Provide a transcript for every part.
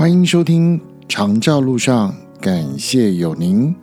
欢迎收听长照路上，感谢有您。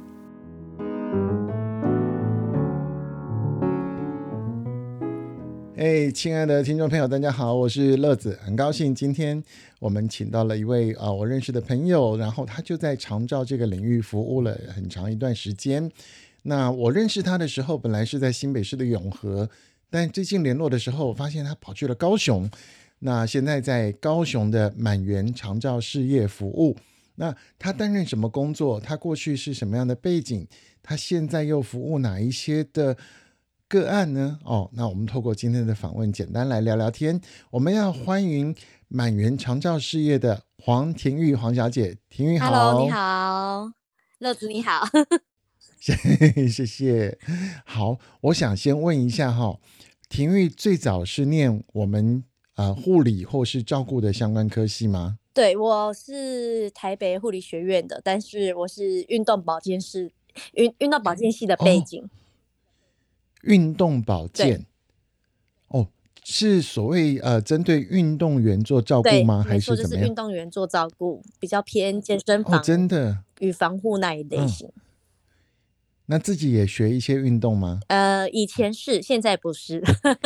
亲爱的听众朋友大家好，我是乐子，很高兴今天我们请到了一位我认识的朋友，然后他就在长照这个领域服务了很长一段时间。那我认识他的时候本来是在新北市的永和，但最近联络的时候我发现他跑去了高雄，那现在在高雄的满园长照事业服务。那他担任什么工作，他过去是什么样的背景，他现在又服务哪一些的个案呢？那我们透过今天的访问简单来聊聊天。我们要欢迎满园长照事业的黄庭玉黄小姐。庭玉好。 Hello， 你好，乐子你好。 谢谢。好，我想先问一下庭玉最早是念我们护理或是照顾的相关科系吗？ 对，我是台北护理学院的，但是我是运动保健系的背景。 运动保健是所谓针对运动员做照顾吗？还是怎么样？ 没错，就是运动员做照顾，比较偏健身房真的与防护那一类型。 那自己也学一些运动吗？ 以前是，现在不是。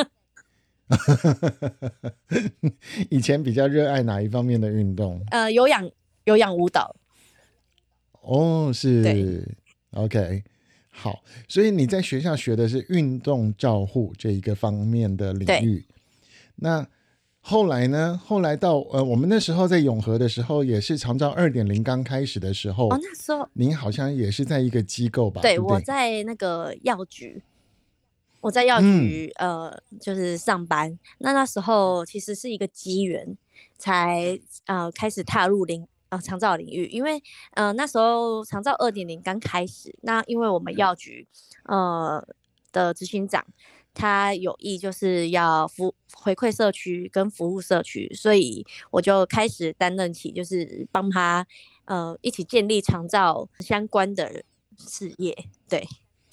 以前比较热爱哪一方面的运动？ 有氧舞蹈。 是 OK。 好，所以你在学校学的是运动照护这一个方面的领域。那后来呢？后来到我们那时候在永和的时候，也是长照 2.0 刚开始的时候， 那时候您好像也是在一个机构吧？对不对？ 我在那个药局。就是上班。那时候其实是一个机缘，才开始踏入长照领域。因为那时候长照 2.0 刚开始，那因为我们药局的执行长他有意就是要回馈社区跟服务社区，所以我就开始担任起就是帮他一起建立长照相关的事业。对，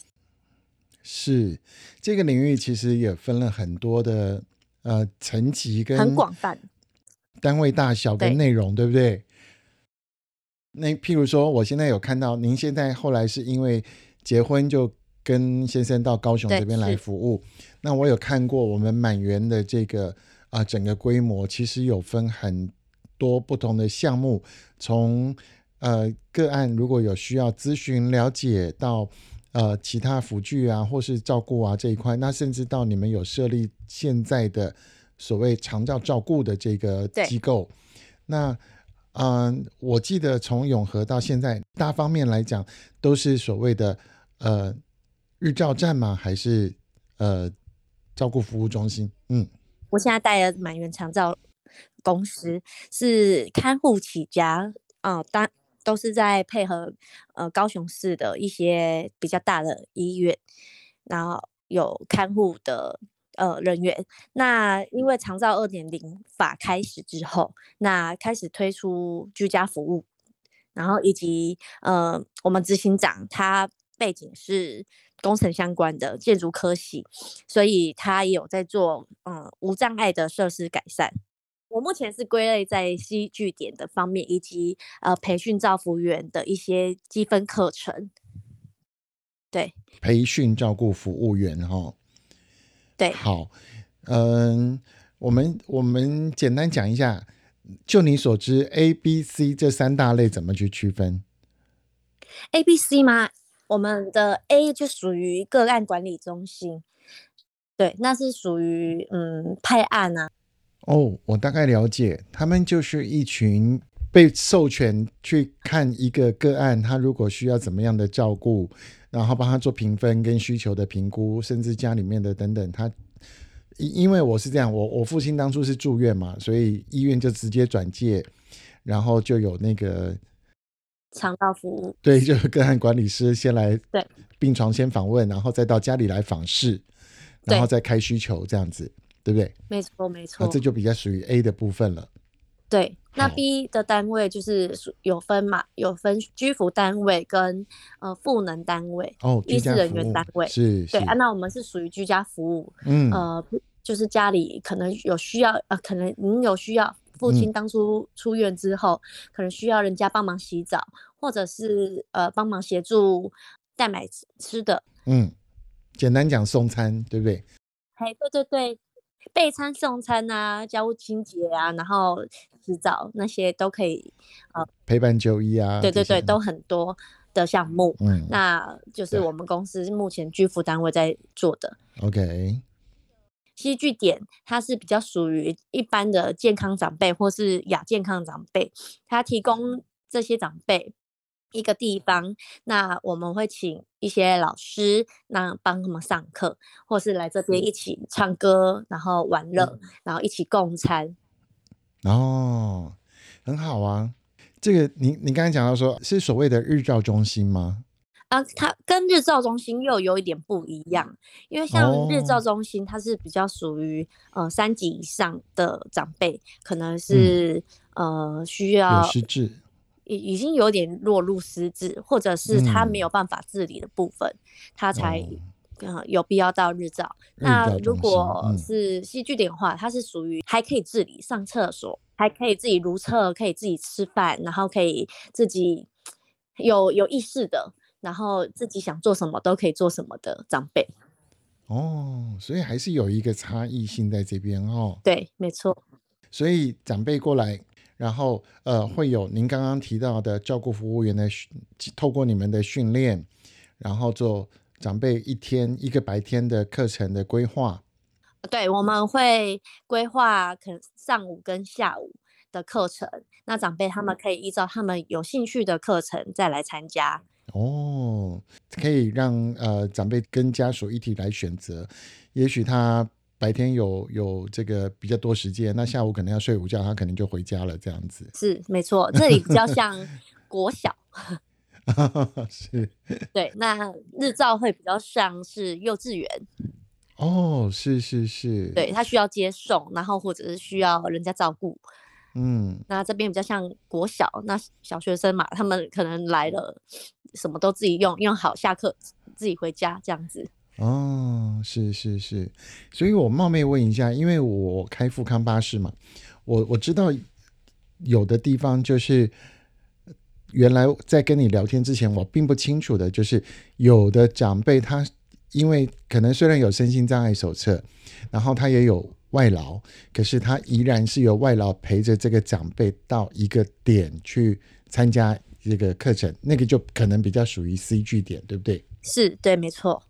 是这个领域其实也分了很多的层级跟很广泛， 单位大小跟内容， 对不对？那譬如说我现在有看到您现在后来是因为结婚就跟先生到高雄这边来服务，那我有看过我们满园的这个整个规模其实有分很多不同的项目，从个案如果有需要咨询了解到其他辅具啊或是照顾啊这一块，那甚至到你们有设立现在的所谓长照照顾的这个机构。那我记得从永和到现在大方面来讲都是所谓的日照站吗？还是照顾服务中心？ 我现在带的满园长照公司是看护起家，都是在配合高雄市的一些比较大的医院，然后有看护的人员。那因为长照 2.0 法开始之后，那开始推出居家服务，然后以及我们执行长他背景是工程相关的建筑科系，所以他也有在做无障碍的设施改善。我目前是归类在戏剧点的方面，以及培训照服员的一些积分课程。对， 培训照顾服务员对， 好，我们简单讲一下，就你所知 A、B、C 这三大类怎么去区分？ A、B、C 吗？我们的 A 就属于个案管理中心，对，那是属于派案啊。 我大概了解，他们就是一群被授权去看一个个案，他如果需要怎么样的照顾，然后帮他做评分跟需求的评估，甚至家里面的等等。他因为我是这样，我父亲当初是住院嘛，所以医院就直接转介，然后就有那个长照服务， 对，就是个案管理师先来对病床先访问，然后再到家里来访视，然后再开需求这样子，对不对？ 没错没错， 这就比较属于 A 的部分了。 对，那 B 的单位就是有分居服单位跟赋能单位，医事人员单位。 是， 对那我们是属于居家服务。就是家里可能有需要，可能您有需要父亲当初出院之后，可能需要人家帮忙洗澡，或者是帮忙协助代买吃的。 简单讲送餐，对不对？ 对对对，备餐、送餐啊，家务清洁啊，然后洗澡那些都可以。 陪伴就医啊， 对对对，都很多的项目。那就是我们公司目前居服单位在做的。 OK。 西据点它是比较属于一般的健康长辈或是亚健康长辈，它提供这些长辈一个地方，那我们会请一些老师，那帮他们上课，或是来这边一起唱歌，然后玩乐，然后一起共餐。 很好啊。这个你刚才讲到说是所谓的日照中心吗？ 它跟日照中心又有一点不一样，因为像日照中心它是比较属于3级以上的长辈，可能是需要有失智， 已经有点落入失智，或者是他没有办法自理的部分，他才有必要到日照。那如果是西据点的话，它是属于还可以自理，上厕所还可以自己如厕，可以自己吃饭，然后可以自己有意识的，然后自己想做什么都可以做什么的长辈。 所以还是有一个差异性在这边对，没错。 所以长辈过来，然后会有您刚刚提到的照顾服务员的透过你们的训练，然后做长辈一个白天的课程的规划。 对，我们会规划可能上午跟下午的课程，那长辈他们可以依照他们有兴趣的课程再来参加。 可以让长辈跟家属一起来选择，也许他白天有这个比较多时间，那下午可能要睡午觉，他可能就回家了这样子。 是没错，这里比较像国小是。 对，那日照会比较像是幼稚园。 是是是。 对，他需要接送，然后或者是需要人家照顾。那这边比较像国小，那小学生嘛，他们可能来了什么都自己用好，下课自己回家这样子。 是是是。所以我冒昧问一下，因为我开富康巴士嘛，我知道有的地方就是原来在跟你聊天之前我并不清楚的，就是有的长辈他因为可能虽然有身心障碍手册，然后他也有外劳，可是他依然是由外劳陪着这个长辈到一个点去参加这个课程，那个就可能比较属于 C 据点，对不对？ 是，对，没错。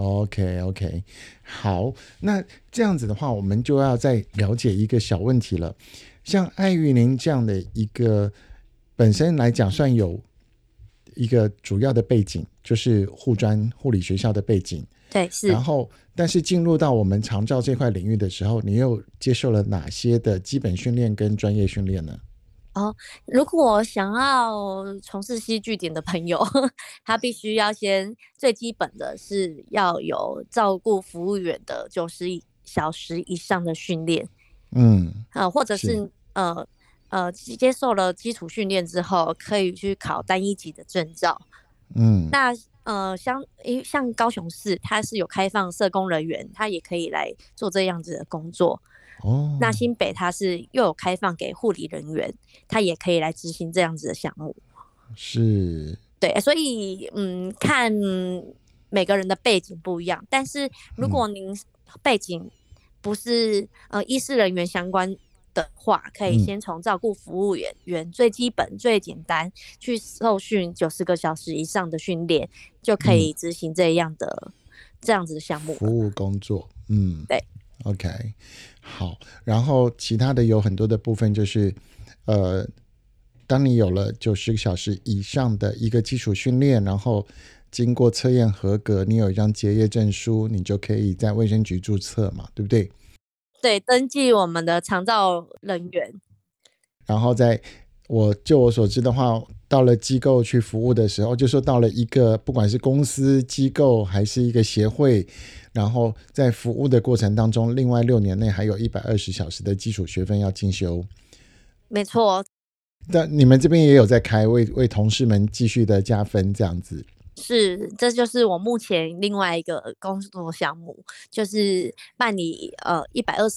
OK， 好，那这样子的话，我们就要再了解一个小问题了。像艾玉玲这样的一个本身来讲算有一个主要的背景，就是护理学校的背景。 对，是。 然后但是进入到我们长照这块领域的时候，你又接受了哪些的基本训练跟专业训练呢？ 如果想要从事西据点的朋友，他必须要先最基本的是要有照顾服务员的90小时以上的训练。或者是接受了基础训练之后，可以去考单一级的证照。那像高雄市，它是有开放社工人员，他也可以来做这样子的工作。那新北它是又有开放给护理人员，他也可以来执行这样子的项目。 是。 对，所以看每个人的背景不一样，但是如果您背景不是医事人员相关的话，可以先从照顾服务员最基本最简单去受训90个小时以上的训练，就可以执行这样子的项目服务工作。 对。 OK， 好，然后其他的有很多的部分就是当你有了90个小时以上的一个基础训练，然后经过测验合格，你有一张结业证书，你就可以在卫生局注册嘛，对不对？ 对，登记我们的长照人员。 然后就我所知的话，到了机构去服务的时候，就说到了一个不管是公司机构还是一个协会，然后在服务的过程当中，另外6年内还有120小时的基础学分要进修。 没错。 但你们这边也有在开，为同事们继续的加分这样子。 是，这就是我目前另外一个工作项目，就是办理120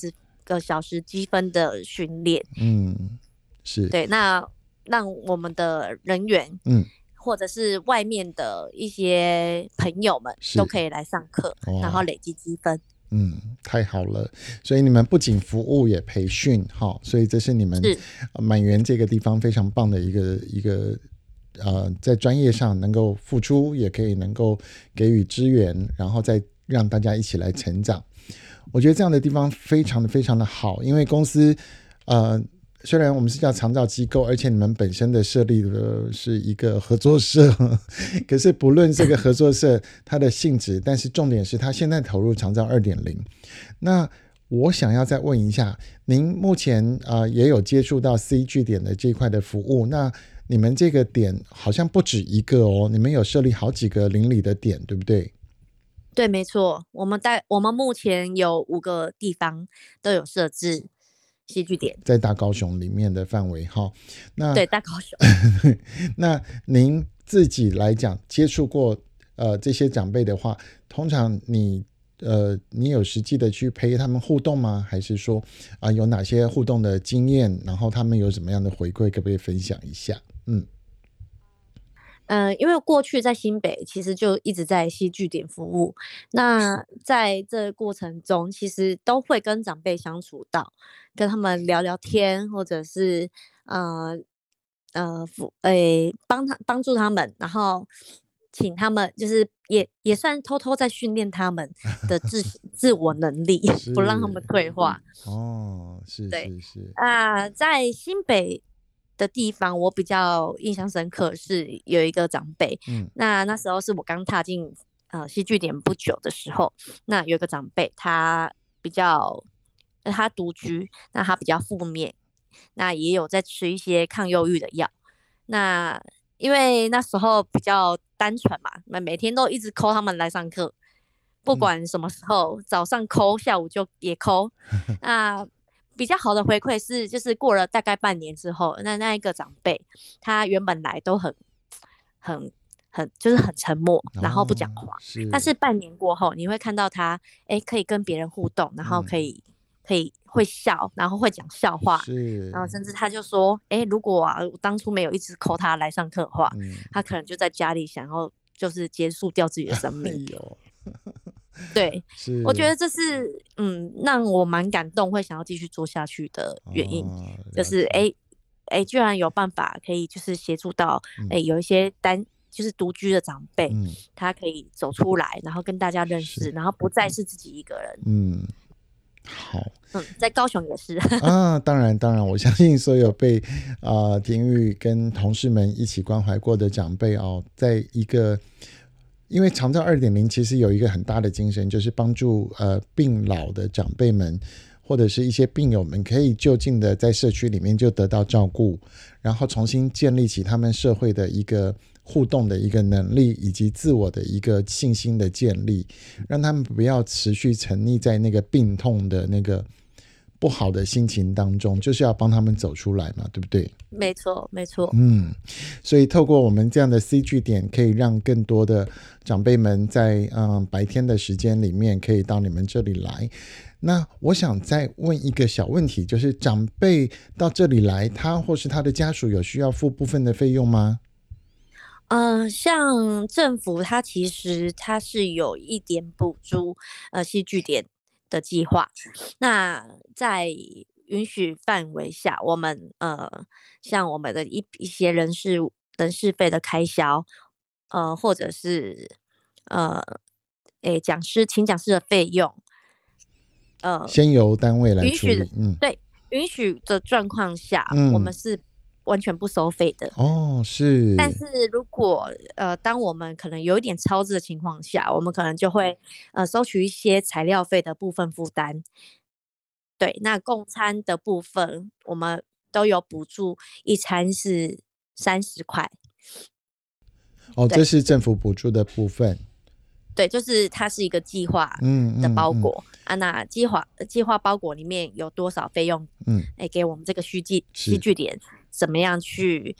个小时积分的训练。 是。 对，那让我们的人员，或者是外面的一些朋友们都可以来上课，然后累积积分。 太好了，所以你们不仅服务也培训，所以这是你们满园这个地方非常棒的一个在专业上能够付出，也可以能够给予支援，然后再让大家一起来成长。我觉得这样的地方非常的非常的好，因为公司虽然我们是叫长照机构，而且你们本身的设立的是一个合作社，可是不论这个合作社它的性质，但是重点是它现在投入长照 2.0。 那我想要再问一下，您目前也有接触到 C 据点的这一块的服务，那你们这个点好像不止一个哦，你们有设立好几个邻里的点，对不对？ 对，没错，我们目前有5个地方都有设置戏剧点， 在大高雄里面的范围。那对，大高雄。 那您自己来讲接触过这些长辈的话，通常你有实际的去陪他们互动吗？还是说有哪些互动的经验，然后他们有什么样的回馈，可不可以分享一下？ 因为过去在新北其实就一直在戏剧点服务，那在这个过程中其实都会跟长辈相处到，跟他们聊聊天，或者是帮助他们，然后请他们就是也算偷偷在训练他们的自我能力，不让他们退化。 是。 对， 是。 在新北的地方，我比较印象深刻是有一个长辈，那时候是我刚踏进戏剧点不久的时候，那有一个长辈他独居，那他比较负面，那也有在吃一些抗忧郁的药。那因为那时候比较单纯嘛，每天都一直 call 他们来上课，不管什么时候，早上 call，下午就也 call。那比较好的回馈是，就是过了大概半年之后，那一个长辈，他原本来都很就是很沉默，然后不讲话，但是半年过后，你会看到他，可以跟别人互动，然后可以会笑，然后会讲笑话，然后甚至他就说，如果我当初没有一直 call 他来上课的话，他可能就在家里想要就是结束掉自己的生命。对，我觉得这是让我蛮感动，会想要继续做下去的原因，就是居然有办法可以就是协助到有一些就是独居的长辈，他可以走出来，然后跟大家认识，然后不再是自己一个人。 好。 在高雄也是当然，我相信所有被婷玉跟同事们一起关怀过的长辈在一个。因为长照 2.0 其实有一个很大的精神，就是帮助病老的长辈们或者是一些病友们可以就近的在社区里面就得到照顾，然后重新建立起他们社会的一个互动的一个能力，以及自我的一个信心的建立，让他们不要持续沉溺在那个病痛的那个不好的心情当中，就是要帮他们走出来嘛，对不对？ 没错没错。 所以透过我们这样的 C 据点，可以让更多的长辈们在白天的时间里面可以到你们这里来。那我想再问一个小问题，就是长辈到这里来，他或是他的家属有需要付部分的费用吗？ 像政府它其实它是有一点补助戏剧点的计划，那在允许范围下，我们像我们的一些人事费的开销，或者是请讲师的费用， 先由单位来处理。 对，允许的状况下，我们是完全不收费的。 是。 但是如果当我们可能有一点超支的情况下，我们可能就会收取一些材料费的部分负担。对，那供餐的部分我们都有补助，一餐是30块。 这是政府补助的部分。 对，就是它是一个计划的包裹那计划包裹里面有多少费用给我们这个戏剧点怎么样去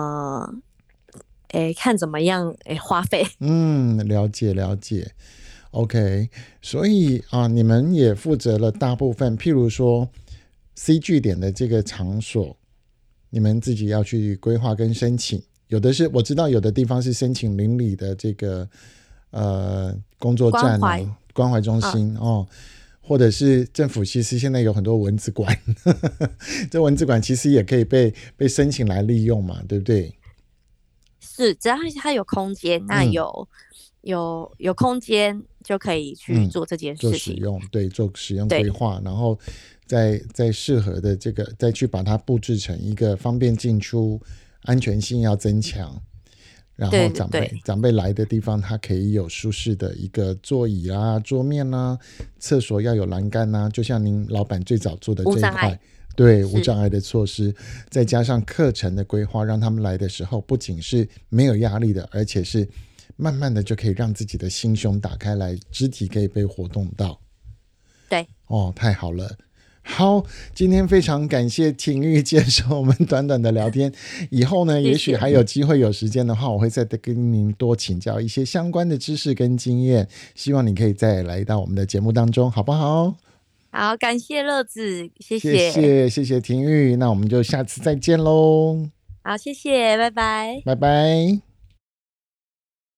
看怎么样花费。 了解。 OK，所以你们也负责了大部分，譬如说 C 据点的这个场所，你们自己要去规划跟申请。有的是我知道，有的地方是申请邻里的这个工作站关怀中心或者是政府其实现在有很多蚊子馆这蚊子馆其实也可以被申请来利用嘛，对不对？ 是，只要它有空间，那有空间就可以去做这件事情， 做使用，对，做使用规划，然后再适合的这个再去把它布置成一个方便进出，安全性要增强，然后长辈来的地方它可以有舒适的一个座椅啦、桌面啦，厕所要有栏杆啦，就像您老板最早做的这一块，对，无障碍的措施，再加上课程的规划，让他们来的时候不仅是没有压力的，而且是慢慢的就可以让自己的心胸打开来，肢体可以被活动到。 对， 太好了。好，今天非常感谢廷玉接受我们短短的聊天。以后呢，也许还有机会有时间的话，我会再跟您多请教一些相关的知识跟经验。希望你可以再来到我们的节目当中，好不好？ 好，感谢乐子，谢谢廷玉，那我们就下次再见喽。 好，谢谢，拜拜， 拜拜。